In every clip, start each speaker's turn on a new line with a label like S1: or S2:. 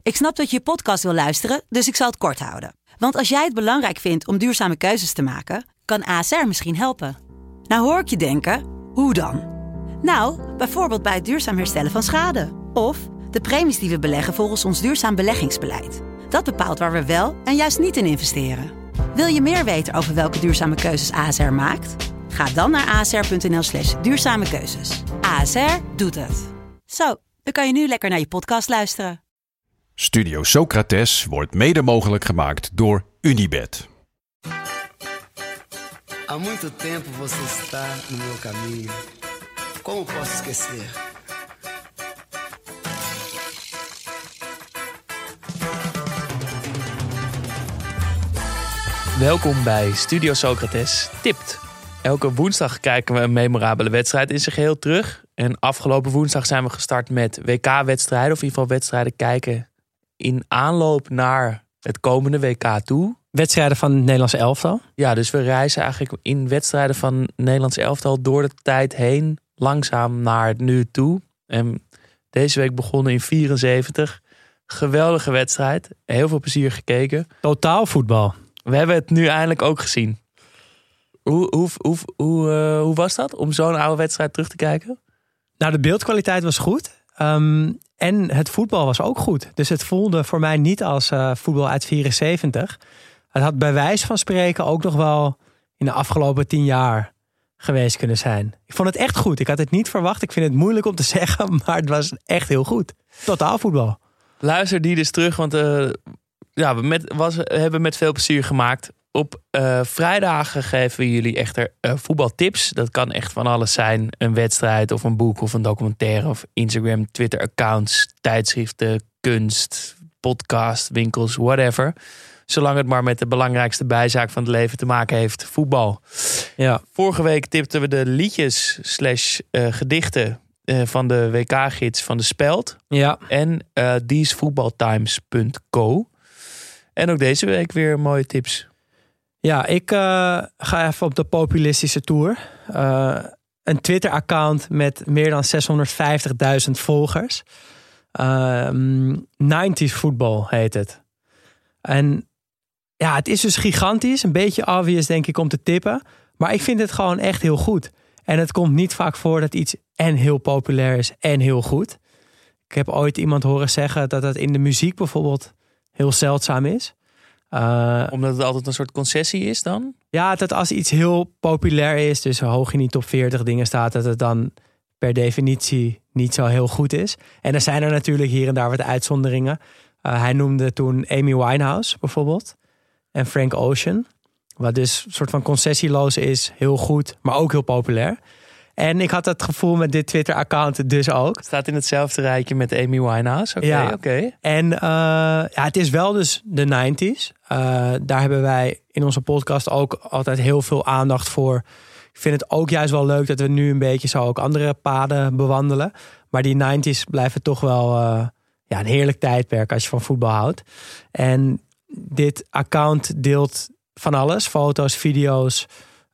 S1: Ik snap dat je podcast wil luisteren, dus ik zal het kort houden. Want als jij het belangrijk vindt om duurzame keuzes te maken, kan ASR misschien helpen. Nou hoor ik je denken, hoe dan? Nou, bijvoorbeeld bij het duurzaam herstellen van schade. Of de premies die we beleggen volgens ons duurzaam beleggingsbeleid. Dat bepaalt waar we wel en juist niet in investeren. Wil je meer weten over welke duurzame keuzes ASR maakt? Ga dan naar asr.nl/duurzame keuzes. ASR doet het. Zo, dan kan je nu lekker naar je podcast luisteren.
S2: Studio Socrates wordt mede mogelijk gemaakt door Unibet.
S3: Há muito tempo você está no meu caminho. Como posso esquecer?
S4: Welkom bij Studio Socrates Tipt. Elke woensdag kijken we een memorabele wedstrijd in zijn geheel terug. En afgelopen woensdag zijn we gestart met WK-wedstrijden. Of in ieder geval wedstrijden kijken in aanloop naar het komende WK toe.
S5: Wedstrijden van het Nederlands elftal?
S4: Ja, dus we reizen eigenlijk in wedstrijden van het Nederlands elftal door de tijd heen. Langzaam naar het nu toe. En deze week begonnen in 1974. Geweldige wedstrijd. Heel veel plezier gekeken.
S5: Totaal voetbal.
S4: We hebben het nu eindelijk ook gezien. Hoe was dat om zo'n oude wedstrijd terug te kijken?
S5: Nou, de beeldkwaliteit was goed. En het voetbal was ook goed. Dus het voelde voor mij niet als voetbal uit 74. Het had bij wijze van spreken ook nog wel in de afgelopen 10 jaar geweest kunnen zijn. Ik vond het echt goed. Ik had het niet verwacht. Ik vind het moeilijk om te zeggen, maar het was echt heel goed. Totaal voetbal.
S4: Luister die dus terug, want we hebben met veel plezier gemaakt. Op vrijdagen geven we jullie echter voetbaltips. Dat kan echt van alles zijn. Een wedstrijd of een boek of een documentaire of Instagram, Twitter accounts, tijdschriften, kunst, podcast, winkels, whatever. Zolang het maar met de belangrijkste bijzaak van het leven te maken heeft, voetbal.
S5: Ja.
S4: Vorige week tipten we de liedjes / gedichten van de WK-gids van de Speld.
S5: Ja.
S4: En thesevoetbaltimes.co. En ook deze week weer mooie tips.
S5: Ja, ik ga even op de populistische tour. Een Twitter-account met meer dan 650.000 volgers. 90s voetbal heet het. En ja, het is dus gigantisch. Een beetje obvious denk ik om te tippen. Maar ik vind het gewoon echt heel goed. En het komt niet vaak voor dat iets en heel populair is en heel goed. Ik heb ooit iemand horen zeggen dat dat in de muziek bijvoorbeeld heel zeldzaam is.
S4: Omdat het altijd een soort concessie is dan?
S5: Ja, dat als iets heel populair is, dus hoog in die top 40 dingen staat, dat het dan per definitie niet zo heel goed is. En er zijn er natuurlijk hier en daar wat uitzonderingen. Hij noemde toen Amy Winehouse bijvoorbeeld. En Frank Ocean. Wat dus een soort van concessieloos is, heel goed, maar ook heel populair. En ik had dat gevoel met dit Twitter-account dus ook.
S4: Staat in hetzelfde rijtje met Amy Winehouse. Oké.
S5: En het is wel dus de 90s. Daar hebben wij in onze podcast ook altijd heel veel aandacht voor. Ik vind het ook juist wel leuk dat we nu een beetje zo ook andere paden bewandelen. Maar die 90s blijven toch wel een heerlijk tijdperk als je van voetbal houdt. En dit account deelt van alles. Foto's, video's.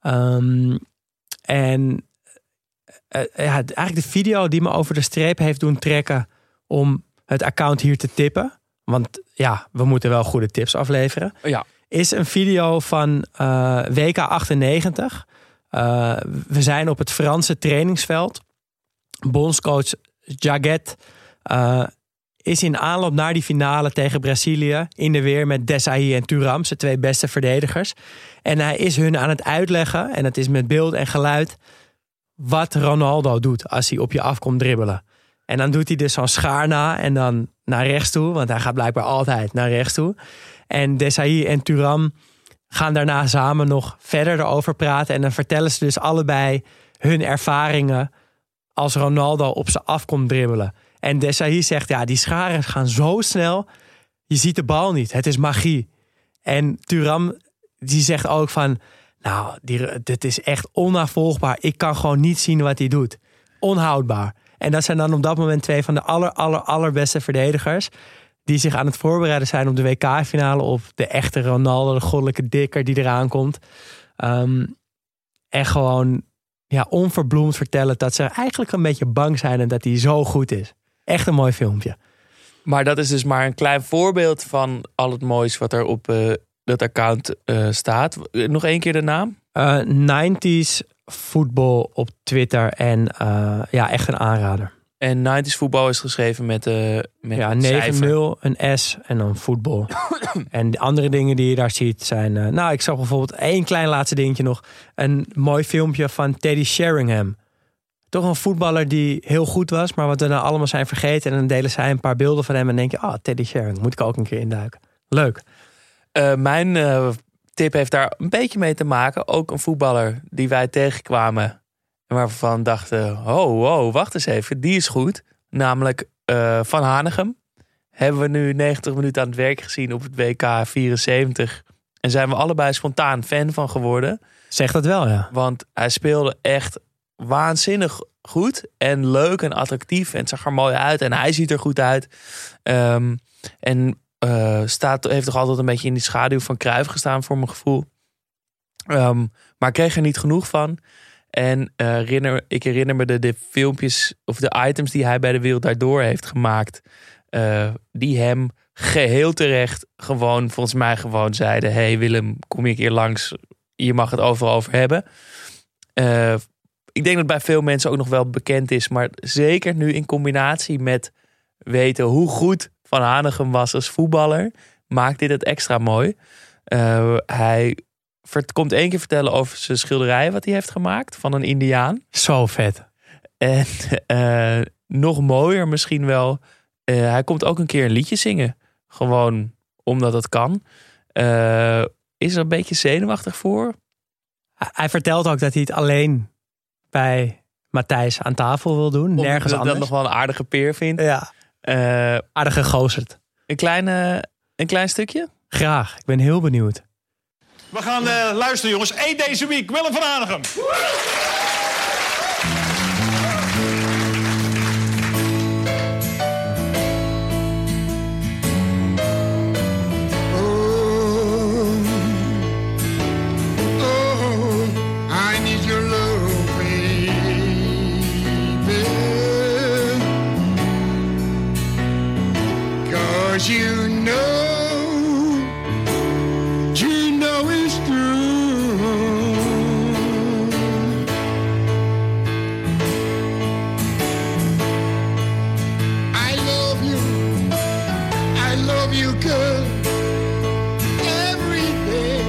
S5: Eigenlijk de video die me over de streep heeft doen trekken om het account hier te tippen. Want ja, we moeten wel goede tips afleveren.
S4: Ja.
S5: Is een video van WK 98. We zijn op het Franse trainingsveld. Bondscoach Jaguet is in aanloop naar die finale tegen Brazilië in de weer met Desailly en Thuram, zijn 2 beste verdedigers. En hij is hun aan het uitleggen, en het is met beeld en geluid, wat Ronaldo doet als hij op je af komt dribbelen. En dan doet hij dus zo'n schaar na en dan naar rechts toe, want hij gaat blijkbaar altijd naar rechts toe. En Desailly en Thuram gaan daarna samen nog verder erover praten en dan vertellen ze dus allebei hun ervaringen als Ronaldo op ze af komt dribbelen. En Desailly zegt, ja, die scharen gaan zo snel, je ziet de bal niet, het is magie. En Thuram, die zegt ook van, nou, dit is echt onnavolgbaar. Ik kan gewoon niet zien wat hij doet. Onhoudbaar. En dat zijn dan op dat moment 2 van de allerbeste verdedigers die zich aan het voorbereiden zijn op de WK-finale, op de echte Ronaldo, de goddelijke dikker die eraan komt. En gewoon onverbloemd vertellen dat ze eigenlijk een beetje bang zijn en dat hij zo goed is. Echt een mooi filmpje.
S4: Maar dat is dus maar een klein voorbeeld van al het moois wat er op dat account staat. Nog 1 keer de naam?
S5: 90s voetbal op Twitter. En echt een aanrader.
S4: En 90s voetbal is geschreven met 9-0,
S5: een S en dan voetbal. En de andere dingen die je daar ziet zijn... ik zag bijvoorbeeld 1 klein laatste dingetje nog. Een mooi filmpje van Teddy Sheringham. Toch een voetballer die heel goed was, maar wat we nou allemaal zijn vergeten. En dan delen zij een paar beelden van hem en denk je... Teddy Sheringham, moet ik ook een keer induiken. Leuk.
S4: Mijn tip heeft daar een beetje mee te maken. Ook een voetballer die wij tegenkwamen... en waarvan we dachten, wacht eens even, die is goed. Namelijk Van Hanegem. Hebben we nu 90 minuten aan het werk gezien op het WK 74. En zijn we allebei spontaan fan van geworden.
S5: Zeg dat wel, ja.
S4: Want hij speelde echt waanzinnig goed en leuk en attractief. En het zag er mooi uit en hij ziet er goed uit. Heeft toch altijd een beetje in die schaduw van Cruijff gestaan voor mijn gevoel. Maar kreeg er niet genoeg van. En ik herinner me de filmpjes of de items die hij bij de Wereld Daardoor heeft gemaakt. Die hem geheel terecht volgens mij zeiden... Hey Willem, kom je een keer langs. Je mag het overal over hebben. Ik denk dat bij veel mensen ook nog wel bekend is. Maar zeker nu in combinatie met weten hoe goed Van Hanegem was als voetballer... maakt dit het extra mooi. Hij komt 1 keer vertellen over zijn schilderij wat hij heeft gemaakt van een Indiaan.
S5: Zo vet.
S4: En nog mooier misschien wel... hij komt ook een keer een liedje zingen. Gewoon omdat het kan. Is er een beetje zenuwachtig voor?
S5: Hij vertelt ook dat hij het alleen bij Matthijs aan tafel wil doen. Nergens anders.
S4: Dat nog wel een aardige peer vindt.
S5: Ja. Aardige gozerd.
S4: Een klein stukje?
S5: Graag. Ik ben heel benieuwd.
S6: We gaan luisteren, jongens. 1 deze week. Willem van Hanegem.
S7: You know it's true. I love you good every day,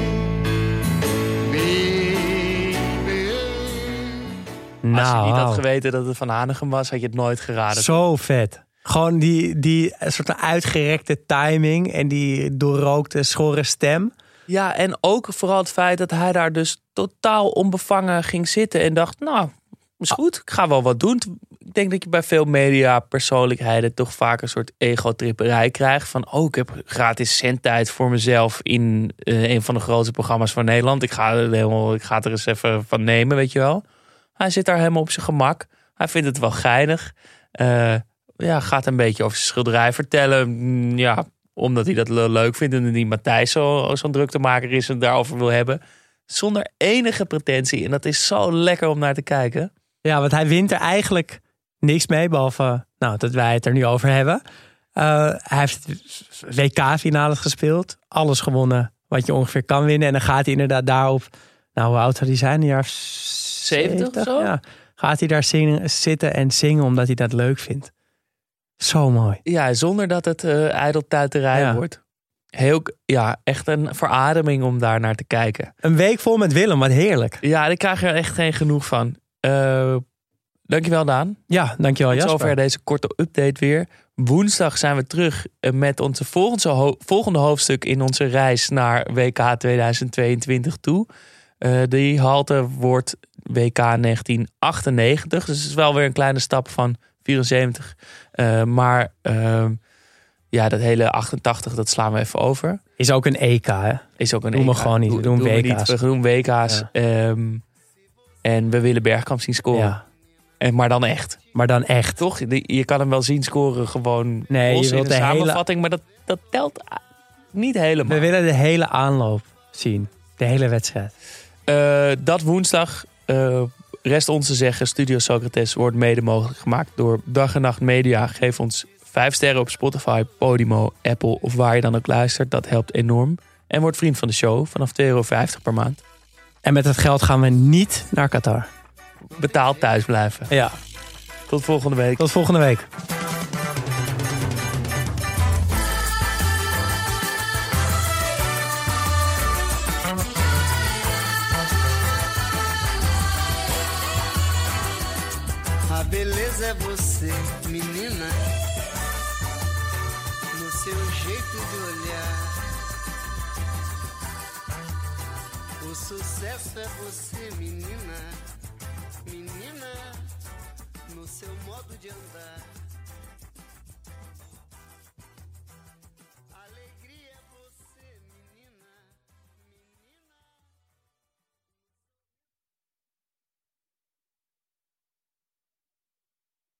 S7: baby.
S4: Als je niet had geweten dat het Van Hanegem was, had je het nooit geraden.
S5: Zo vet. Gewoon die soort uitgerekte timing en die doorrookte, schorre stem.
S4: Ja, en ook vooral het feit dat hij daar dus totaal onbevangen ging zitten en dacht, is goed, ik ga wel wat doen. Ik denk dat je bij veel mediapersoonlijkheden toch vaak een soort ego-tripperij krijgt. Van, ik heb gratis zendtijd voor mezelf in een van de grootste programma's van Nederland. Ik ga het er eens even van nemen, weet je wel. Hij zit daar helemaal op zijn gemak. Hij vindt het wel geinig. Gaat een beetje over zijn schilderij vertellen. Ja, omdat hij dat leuk vindt en die Matthijs zo'n druktemaker is en het daarover wil hebben. Zonder enige pretentie. En dat is zo lekker om naar te kijken.
S5: Ja, want hij wint er eigenlijk niks mee, behalve dat wij het er nu over hebben. Hij heeft WK-finales gespeeld. Alles gewonnen wat je ongeveer kan winnen. En dan gaat hij inderdaad daarop... hoe oud zou hij zijn? Een jaar
S4: 70 of zo?
S5: Ja, gaat hij daar zitten en zingen omdat hij dat leuk vindt. Zo mooi.
S4: Ja, zonder dat het ijdeltuiterij wordt. Echt een verademing om daar naar te kijken.
S5: Een week vol met Willem, wat heerlijk.
S4: Ja, ik krijg er echt geen genoeg van. Dankjewel, Daan.
S5: Ja, dankjewel, Jasper.
S4: Zover deze korte update weer. Woensdag zijn we terug met onze volgende hoofdstuk in onze reis naar WK 2022 toe. Die halte wordt WK 1998. Dus het is wel weer een kleine stap van 74. Dat hele 88, dat slaan we even over.
S5: Is ook een EK, hè?
S4: Is ook een
S5: EK. We gewoon niet. We doen WK's.
S4: We doen WK's. Ja. En we willen Bergkamp zien scoren. Ja. Maar dan echt. Toch? Je kan hem wel zien scoren gewoon.
S5: Nee, je wilt
S4: de samenvatting. Maar dat telt niet helemaal.
S5: We willen de hele aanloop zien. De hele wedstrijd.
S4: Dat woensdag... rest ons te zeggen, Studio Socrates wordt mede mogelijk gemaakt door Dag en Nacht Media. Geef ons 5 sterren op Spotify, Podimo, Apple of waar je dan ook luistert. Dat helpt enorm. En word vriend van de show vanaf €2,50 per maand.
S5: En met het geld gaan we niet naar Qatar.
S4: Betaald thuis blijven.
S5: Ja,
S4: Tot volgende week.
S5: tot volgende week.
S3: A beleza é você, menina, no seu jeito de olhar. O sucesso é você, menina, menina, no seu modo de andar.